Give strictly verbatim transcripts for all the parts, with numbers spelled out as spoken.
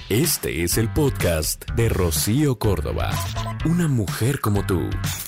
Este es el podcast de Rocío Córdoba. Una mujer como tú.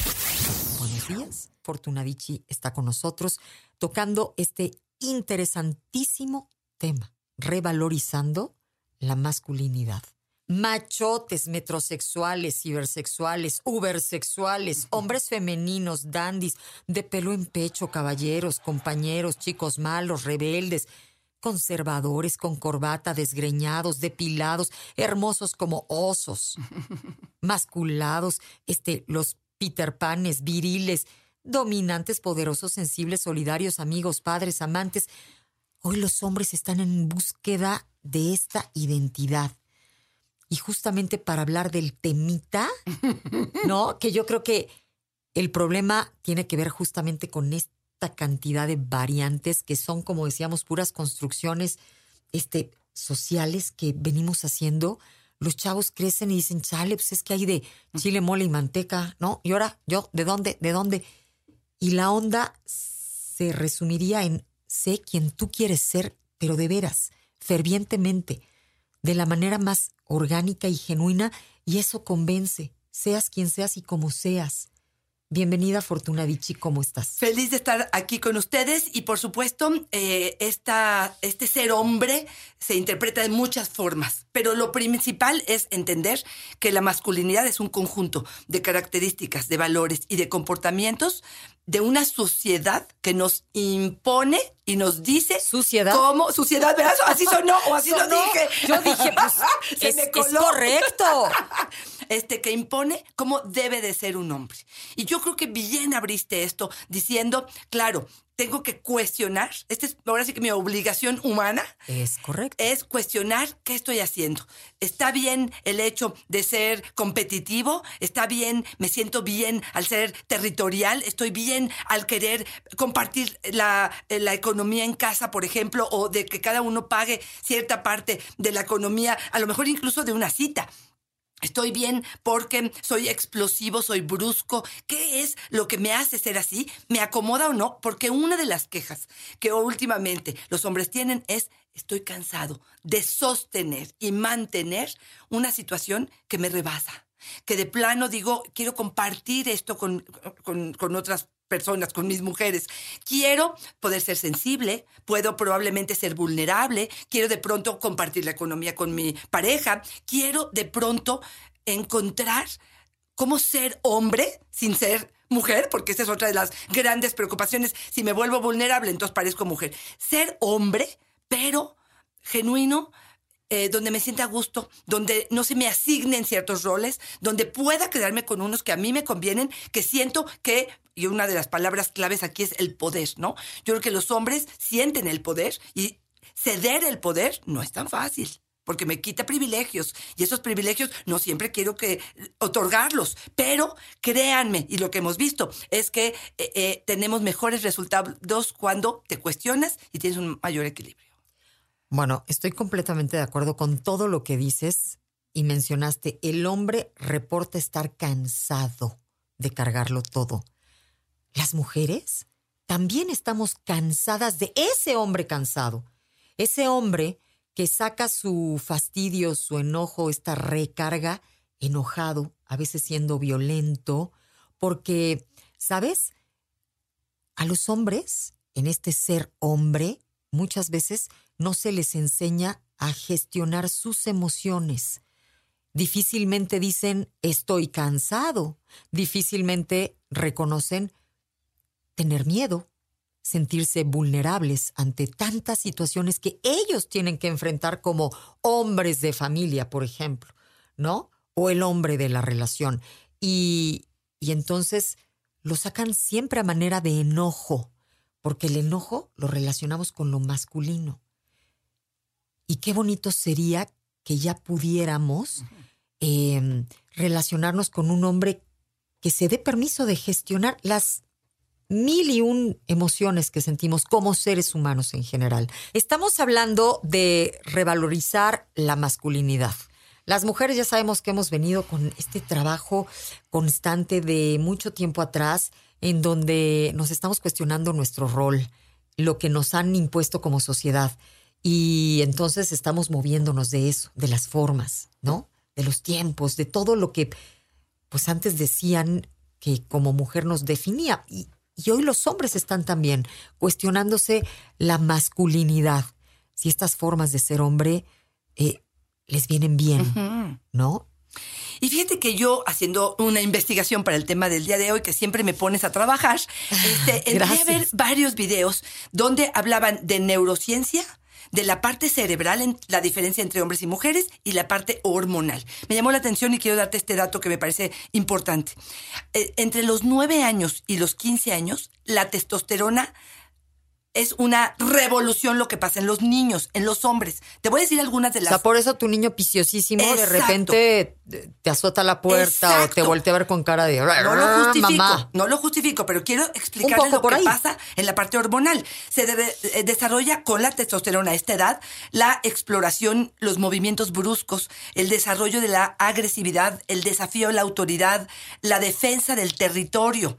Buenos días. Fortuna Dicci está con nosotros tocando este interesantísimo tema, revalorizando la masculinidad. Machotes, metrosexuales, cibersexuales, ubersexuales, hombres femeninos, dandis, de pelo en pecho, caballeros, compañeros, chicos malos, rebeldes, conservadores con corbata, desgreñados, depilados, hermosos como osos, masculados, este, los Peter Panes, viriles, dominantes, poderosos, sensibles, solidarios, amigos, padres, amantes. Hoy los hombres están en búsqueda de esta identidad. Y justamente para hablar del temita, ¿no? Que yo creo que el problema tiene que ver justamente con esta cantidad de variantes que son, como decíamos, puras construcciones este, sociales que venimos haciendo. Los chavos crecen y dicen, chale, pues es que hay de chile, mole y manteca, ¿no? Y ahora, ¿yo? ¿De dónde? ¿De dónde? Y la onda se resumiría en sé quien tú quieres ser, pero de veras, fervientemente, de la manera más orgánica y genuina, y eso convence, seas quien seas y como seas. Bienvenida, Fortuna Dicci, ¿cómo estás? Feliz de estar aquí con ustedes y, por supuesto, eh, esta, este ser hombre se interpreta de muchas formas, pero lo principal es entender que la masculinidad es un conjunto de características, de valores y de comportamientos de una sociedad que nos impone y nos dice ¿Suciedad? cómo... ¿Suciedad? ¿Verdad? ¿Así sonó o así Sonó. lo dije? Yo dije, pues, Se es, me es coló. correcto. Este, que impone cómo debe de ser un hombre. Y yo creo que bien abriste esto diciendo, claro, tengo que cuestionar, esta es ahora sí que mi obligación humana. Es correcto. Es cuestionar qué estoy haciendo. ¿Está bien el hecho de ser competitivo? ¿Está bien, me siento bien al ser territorial? ¿Estoy bien al querer compartir la, la economía en casa, por ejemplo, o de que cada uno pague cierta parte de la economía, a lo mejor incluso de una cita? ¿Estoy bien porque soy explosivo, soy brusco? ¿Qué es lo que me hace ser así? ¿Me acomoda o no? Porque una de las quejas que últimamente los hombres tienen es estoy cansado de sostener y mantener una situación que me rebasa. Que de plano digo, quiero compartir esto con, con, con otras personas, con mis mujeres. Quiero poder ser sensible, puedo probablemente ser vulnerable, quiero de pronto compartir la economía con mi pareja, quiero de pronto encontrar cómo ser hombre sin ser mujer, porque esa es otra de las grandes preocupaciones. Si me vuelvo vulnerable, entonces parezco mujer. Ser hombre, pero genuino, Eh, donde me sienta a gusto, donde no se me asignen ciertos roles, donde pueda quedarme con unos que a mí me convienen, que siento que, y una de las palabras claves aquí es el poder, ¿no? Yo creo que los hombres sienten el poder y ceder el poder no es tan fácil, porque me quita privilegios y esos privilegios no siempre quiero que otorgarlos, pero créanme, y lo que hemos visto es que eh, eh, tenemos mejores resultados cuando te cuestionas y tienes un mayor equilibrio. Bueno, estoy completamente de acuerdo con todo lo que dices y mencionaste. El hombre reporta estar cansado de cargarlo todo. Las mujeres también estamos cansadas de ese hombre cansado. Ese hombre que saca su fastidio, su enojo, esta recarga enojado, a veces siendo violento, porque, ¿sabes? A los hombres, en este ser hombre, muchas veces no se les enseña a gestionar sus emociones. Difícilmente dicen, estoy cansado. Difícilmente reconocen tener miedo, sentirse vulnerables ante tantas situaciones que ellos tienen que enfrentar como hombres de familia, por ejemplo, ¿no? O el hombre de la relación. Y, y entonces lo sacan siempre a manera de enojo, porque el enojo lo relacionamos con lo masculino. Y qué bonito sería que ya pudiéramos eh, relacionarnos con un hombre que se dé permiso de gestionar las mil y un emociones que sentimos como seres humanos en general. Estamos hablando de revalorizar la masculinidad. Las mujeres ya sabemos que hemos venido con este trabajo constante de mucho tiempo atrás, en donde nos estamos cuestionando nuestro rol, lo que nos han impuesto como sociedad. Y entonces estamos moviéndonos de eso, de las formas, ¿no? De los tiempos, de todo lo que pues antes decían que como mujer nos definía. Y, y hoy los hombres están también cuestionándose la masculinidad. Si estas formas de ser hombre eh, les vienen bien, uh-huh. ¿no? Y fíjate que yo, haciendo una investigación para el tema del día de hoy, que siempre me pones a trabajar, este, entré a ver varios videos donde hablaban de neurociencia, de la parte cerebral, en la diferencia entre hombres y mujeres, y la parte hormonal. Me llamó la atención y quiero darte este dato que me parece importante. Eh, entre los nueve años y los quince años, la testosterona es una revolución lo que pasa en los niños, en los hombres. Te voy a decir algunas de las... O sea, por eso tu niño piciosísimo Exacto. de repente te azota la puerta Exacto. o te voltea a ver con cara de... No lo justifico, mamá. no lo justifico, pero quiero explicarles lo que ahí. pasa en la parte hormonal. Se de- de- desarrolla con la testosterona a esta edad la exploración, los movimientos bruscos, el desarrollo de la agresividad, el desafío a la autoridad, la defensa del territorio.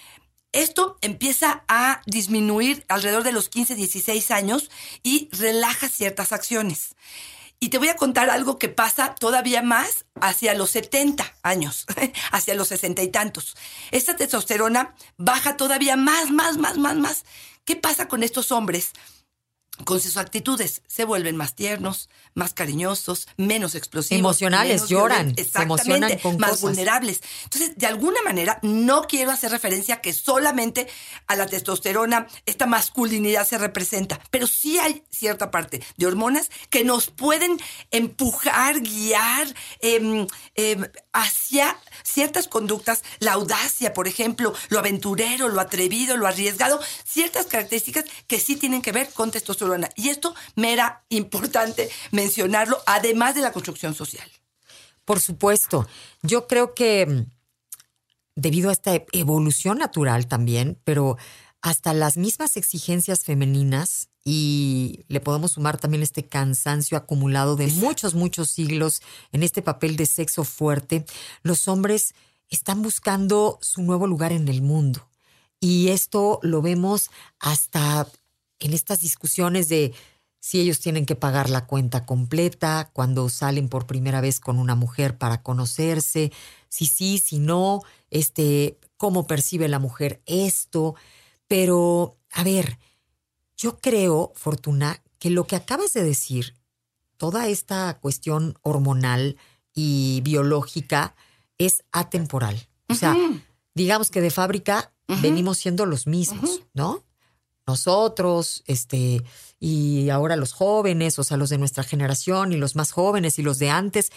Esto empieza a disminuir alrededor de los quince, dieciséis años y relaja ciertas acciones. Y te voy a contar algo que pasa todavía más hacia los setenta años, hacia los sesenta y tantos. Esta testosterona baja todavía más, más, más, más, más. ¿Qué pasa con estos hombres? Con sus actitudes se vuelven más tiernos, más cariñosos, menos explosivos. Emocionales, menos lloran, violentos, se emocionan con más cosas. vulnerables. Entonces, de alguna manera, no quiero hacer referencia que solamente a la testosterona esta masculinidad se representa, pero sí hay cierta parte de hormonas que nos pueden empujar, guiar eh, eh, hacia ciertas conductas, la audacia, por ejemplo, lo aventurero, lo atrevido, lo arriesgado, ciertas características que sí tienen que ver con testosterona. Y esto me era importante mencionarlo, además de la construcción social. Por supuesto. Yo creo que debido a esta evolución natural también, pero hasta las mismas exigencias femeninas, y le podemos sumar también este cansancio acumulado de Exacto. muchos, muchos siglos en este papel de sexo fuerte, los hombres están buscando su nuevo lugar en el mundo. Y esto lo vemos hasta en estas discusiones de si ellos tienen que pagar la cuenta completa cuando salen por primera vez con una mujer para conocerse, si sí, si no, este, cómo percibe la mujer esto. Pero, a ver, yo creo, Fortuna, que lo que acabas de decir, toda esta cuestión hormonal y biológica es atemporal. O sea, uh-huh. digamos que de fábrica uh-huh. venimos siendo los mismos, uh-huh. ¿no? Nosotros, este, y ahora los jóvenes, o sea, los de nuestra generación y los más jóvenes y los de antes.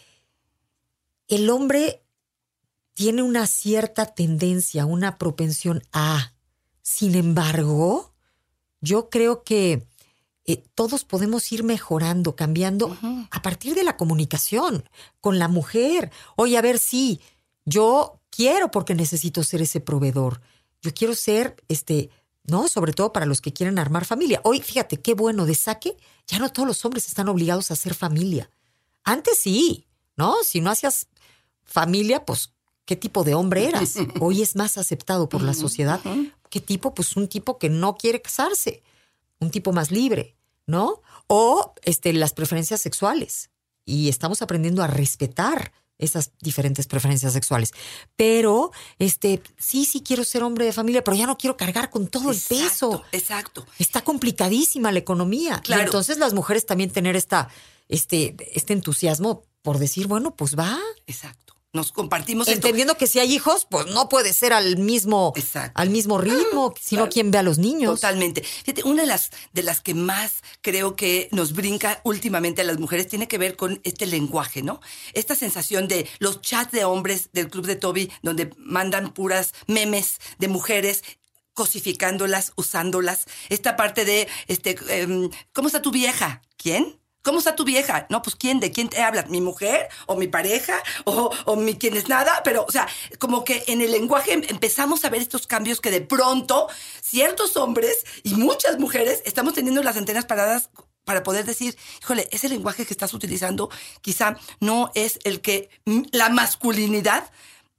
El hombre tiene una cierta tendencia, una propensión a. Sin embargo, yo creo que eh, todos podemos ir mejorando, cambiando uh-huh. a partir de la comunicación con la mujer. Oye, a ver, sí, yo quiero porque necesito ser ese proveedor. Yo quiero ser, este... ¿no? Sobre todo para los que quieren armar familia. Hoy, fíjate, qué bueno, de saque, ya no todos los hombres están obligados a hacer familia. Antes sí, ¿no? Si no hacías familia, pues, ¿qué tipo de hombre eras? Hoy es más aceptado por la sociedad. ¿Qué tipo? Pues un tipo que no quiere casarse. Un tipo más libre, ¿no? O este, las preferencias sexuales. Y estamos aprendiendo a respetar esas diferentes preferencias sexuales. Pero, este, sí, sí quiero ser hombre de familia, pero ya no quiero cargar con todo exacto, el peso. Exacto. Está complicadísima la economía. Claro. Y entonces las mujeres también tener esta, este, este entusiasmo por decir, bueno, pues va. Exacto. Nos compartimos entendiendo esto. que si hay hijos, pues no puede ser al mismo, Exacto. al mismo ritmo, ah, sino claro. quien ve a los niños. Totalmente. Fíjate, una de las, de las que más creo que nos brinca últimamente a las mujeres tiene que ver con este lenguaje, ¿no? Esta sensación de los chats de hombres del Club de Toby, donde mandan puras memes de mujeres cosificándolas, usándolas. Esta parte de, este, eh, ¿cómo está tu vieja? ¿Quién? ¿Cómo está tu vieja? No, pues ¿quién? ¿De quién te hablas? ¿Mi mujer? ¿O mi pareja? ¿O, o mi quién es nada? Pero, o sea, como que en el lenguaje empezamos a ver estos cambios que de pronto ciertos hombres y muchas mujeres estamos teniendo las antenas paradas para poder decir, híjole, ese lenguaje que estás utilizando quizá no es el que la masculinidad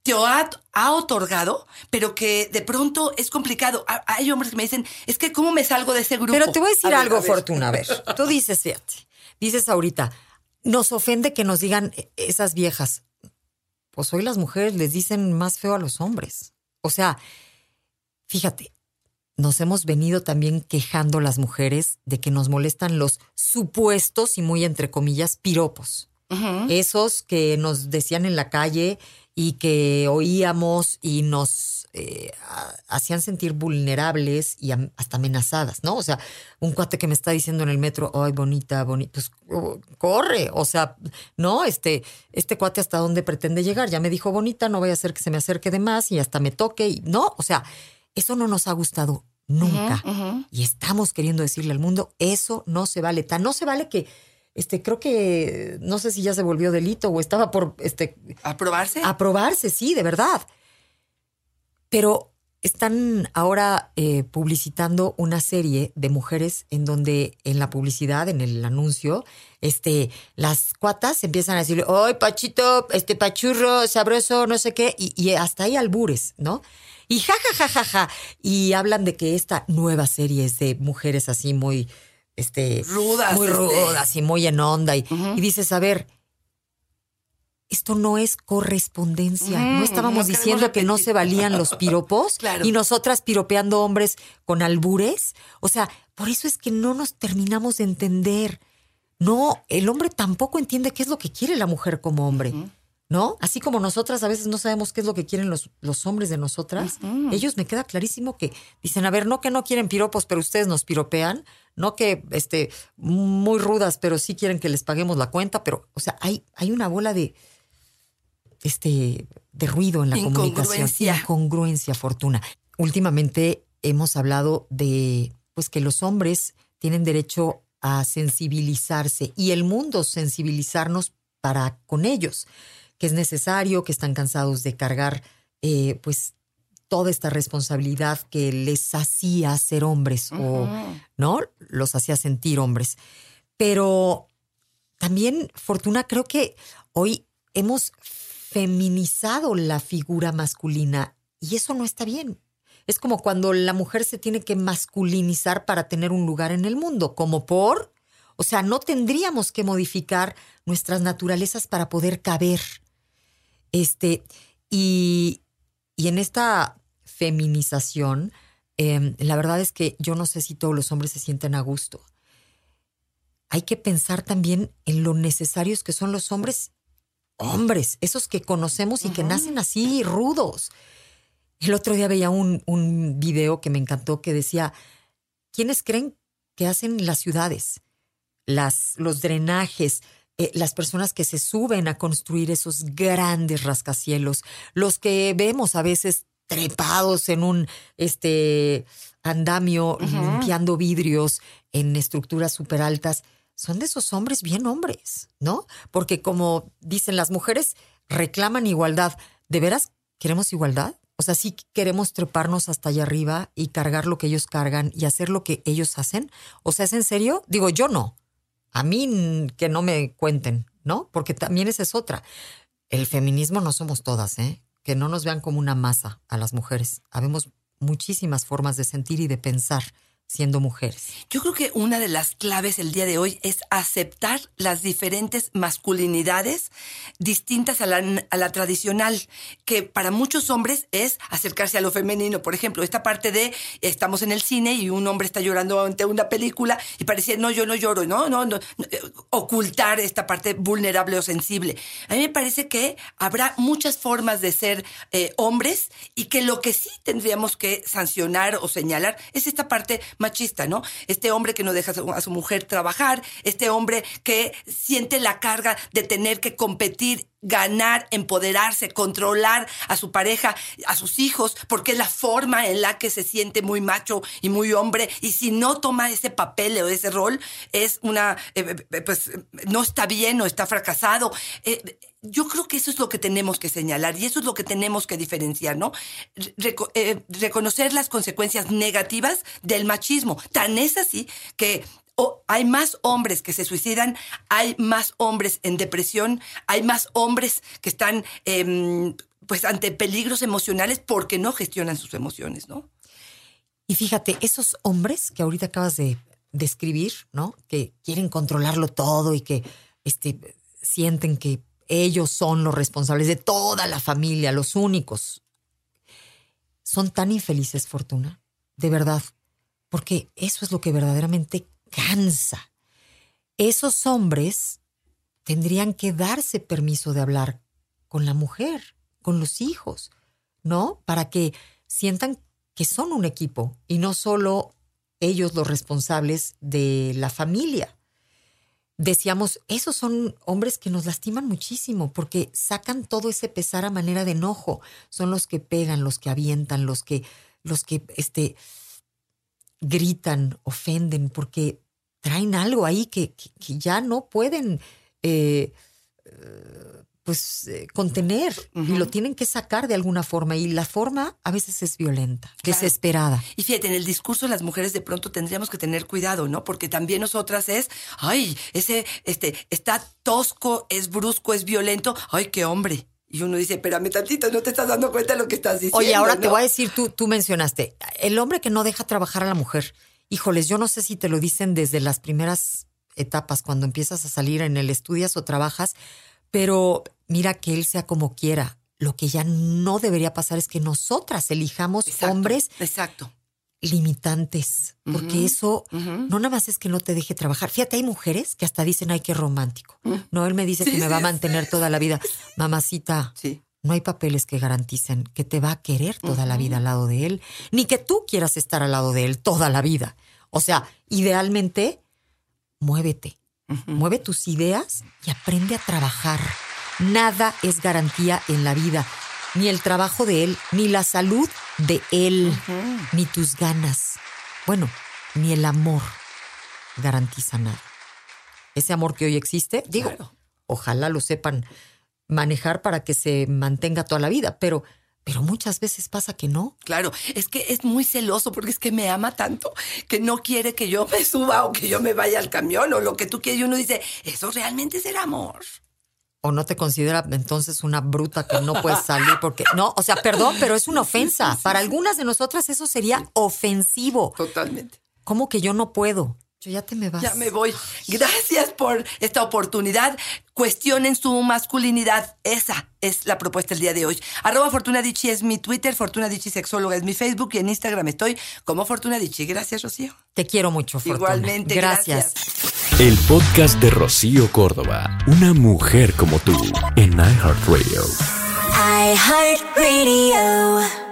te ha, ha otorgado, pero que de pronto es complicado. Hay hombres que me dicen, es que ¿cómo me salgo de ese grupo? Pero te voy a decir a ver, algo, a ver. Fortuna. A ver, tú dices, fíjate, dices ahorita, nos ofende que nos digan esas viejas. Pues hoy las mujeres les dicen más feo a los hombres. O sea, fíjate, nos hemos venido también quejando las mujeres de que nos molestan los supuestos y muy entre comillas piropos. Uh-huh. Esos que nos decían en la calle y que oíamos y nos eh, hacían sentir vulnerables y am- hasta amenazadas, ¿no? O sea, un cuate que me está diciendo en el metro, ay, bonita, bonita, pues oh, corre. O sea, no, este, este cuate hasta dónde pretende llegar. Ya me dijo bonita, no vaya a hacer que se me acerque de más y hasta me toque. Y, no, o sea, eso no nos ha gustado nunca. Uh-huh, uh-huh. Y estamos queriendo decirle al mundo, eso no se vale. Tan no se vale que Este, creo que, no sé si ya se volvió delito o estaba por... este ¿Aprobarse? Aprobarse, sí, de verdad. Pero están ahora eh, publicitando una serie de mujeres en donde en la publicidad, en el anuncio, este, las cuatas empiezan a decirle, ¡ay, Pachito, este pachurro, sabroso, no sé qué! Y, y hasta hay albures, ¿no? Y ja, ja, ja, ja, ja. Y hablan de que esta nueva serie es de mujeres así muy... Este, rudas. Muy este. rudas y muy en onda. Y, uh-huh. y dices, a ver, esto no es correspondencia. Uh-huh. No estábamos no diciendo que no se valían los piropos claro. y nosotras piropeando hombres con albures. O sea, por eso es que no nos terminamos de entender. No, el hombre tampoco entiende qué es lo que quiere la mujer como hombre. Uh-huh. ¿No? Así como nosotras a veces no sabemos qué es lo que quieren los, los hombres de nosotras, uh-huh. ellos me queda clarísimo que dicen, a ver, no que no quieren piropos, pero ustedes nos piropean, no que este, muy rudas, pero sí quieren que les paguemos la cuenta, pero, o sea, hay, hay una bola de, este, de ruido en la comunicación. Incongruencia, Fortuna. Últimamente hemos hablado de, pues, que los hombres tienen derecho a sensibilizarse y el mundo sensibilizarnos para con ellos, que es necesario, que están cansados de cargar eh, pues toda esta responsabilidad que les hacía ser hombres uh-huh. o no los hacía sentir hombres. Pero también, Fortuna, creo que hoy hemos feminizado la figura masculina y eso no está bien. Es como cuando la mujer se tiene que masculinizar para tener un lugar en el mundo, como por... O sea, no tendríamos que modificar nuestras naturalezas para poder caber. Este, y, y en esta feminización, eh, la verdad es que yo no sé si todos los hombres se sienten a gusto. Hay que pensar también en lo necesarios que son los hombres, hombres, esos que conocemos y uh-huh. que nacen así rudos. El otro día veía un, un video que me encantó que decía, ¿quiénes creen que hacen las ciudades? Las, los drenajes, eh, las personas que se suben a construir esos grandes rascacielos, los que vemos a veces trepados en un este, andamio, uh-huh. limpiando vidrios en estructuras súper altas, son de esos hombres bien hombres, ¿no? Porque como dicen las mujeres, reclaman igualdad. ¿De veras queremos igualdad? O sea, ¿sí queremos treparnos hasta allá arriba y cargar lo que ellos cargan y hacer lo que ellos hacen? O sea, ¿es en serio? Digo, yo no. A mí que no me cuenten, ¿no? Porque también esa es otra. El feminismo no somos todas, ¿eh? Que no nos vean como una masa a las mujeres. Habemos muchísimas formas de sentir y de pensar siendo mujeres. Yo creo que una de las claves el día de hoy es aceptar las diferentes masculinidades distintas a la, a la tradicional, que para muchos hombres es acercarse a lo femenino. Por ejemplo, esta parte de estamos en el cine y un hombre está llorando ante una película y parecía, no, yo no lloro, no, no, no, no ocultar esta parte vulnerable o sensible. A mí me parece que habrá muchas formas de ser eh, hombres y que lo que sí tendríamos que sancionar o señalar es esta parte machista, ¿no? Este hombre que no deja a su, a su mujer trabajar, este hombre que siente la carga de tener que competir, ganar, empoderarse, controlar a su pareja, a sus hijos, porque es la forma en la que se siente muy macho y muy hombre, y si no toma ese papel o ese rol, es una, eh, pues, no está bien o está fracasado. Eh, Yo creo que eso es lo que tenemos que señalar y eso es lo que tenemos que diferenciar, ¿no? Reco- eh, reconocer las consecuencias negativas del machismo. Tan es así que oh, hay más hombres que se suicidan, hay más hombres en depresión, hay más hombres que están eh, pues ante peligros emocionales porque no gestionan sus emociones, ¿no? Y fíjate, esos hombres que ahorita acabas de describir, ¿no? Que quieren controlarlo todo y que este, sienten que ellos son los responsables de toda la familia, los únicos. Son tan infelices, Fortuna, de verdad, porque eso es lo que verdaderamente cansa. Esos hombres tendrían que darse permiso de hablar con la mujer, con los hijos, ¿no? Para que sientan que son un equipo y no solo ellos los responsables de la familia. Decíamos, esos son hombres que nos lastiman muchísimo porque sacan todo ese pesar a manera de enojo. Son los que pegan, los que avientan, los que, los que este, gritan, ofenden, porque traen algo ahí que, que, que ya no pueden eh, pues eh, contener uh-huh. y lo tienen que sacar de alguna forma, y la forma a veces es violenta, claro. desesperada. Y fíjate, en el discurso de las mujeres de pronto tendríamos que tener cuidado, ¿no? Porque también nosotras es, ay, ese, este, está tosco, es brusco, es violento, ay, qué hombre. Y uno dice, espérame tantito, no te estás dando cuenta de lo que estás diciendo. Oye, ahora ¿no? te voy a decir, tú, tú mencionaste, el hombre que no deja trabajar a la mujer. Híjoles, yo no sé si te lo dicen desde las primeras etapas, cuando empiezas a salir en el estudias o trabajas, pero mira, que él sea como quiera. Lo que ya no debería pasar es que nosotras elijamos exacto, hombres exacto. limitantes, porque uh-huh, eso uh-huh. no nada más es que no te deje trabajar. Fíjate, hay mujeres que hasta dicen, ay, qué romántico. Uh-huh. No, él me dice sí, que me sí, va a mantener sí. toda la vida. Mamacita, sí. no hay papeles que garanticen que te va a querer toda uh-huh. la vida al lado de él, ni que tú quieras estar al lado de él toda la vida. O sea, idealmente, muévete. Uh-huh. Mueve tus ideas y aprende a trabajar. Nada es garantía en la vida. Ni el trabajo de él, ni la salud de él, uh-huh. ni tus ganas. Bueno, ni el amor garantiza nada. Ese amor que hoy existe, digo, claro. ojalá lo sepan manejar para que se mantenga toda la vida, pero... Pero muchas veces pasa que no. Claro, es que es muy celoso porque es que me ama tanto que no quiere que yo me suba o que yo me vaya al camión o lo que tú quieres. Y uno dice, ¿eso realmente es el amor? O no te considera entonces una bruta que no puedes salir porque... No, o sea, perdón, pero es una ofensa. Sí, sí, sí, Para sí. algunas de nosotras eso sería sí. ofensivo. Totalmente. ¿Cómo que yo no puedo? Yo ya te me vas. Ya me voy. Gracias por esta oportunidad. Cuestionen su masculinidad. Esa es la propuesta el día de hoy. Arroba Fortuna Dicci es mi Twitter, Fortuna Dicci Sexóloga es mi Facebook y en Instagram estoy como Fortuna Dicci. Gracias, Rocío. Te quiero mucho, Fortuna. Igualmente, gracias. gracias. El podcast de Rocío Córdoba. Una mujer como tú en iHeartRadio. iHeartRadio.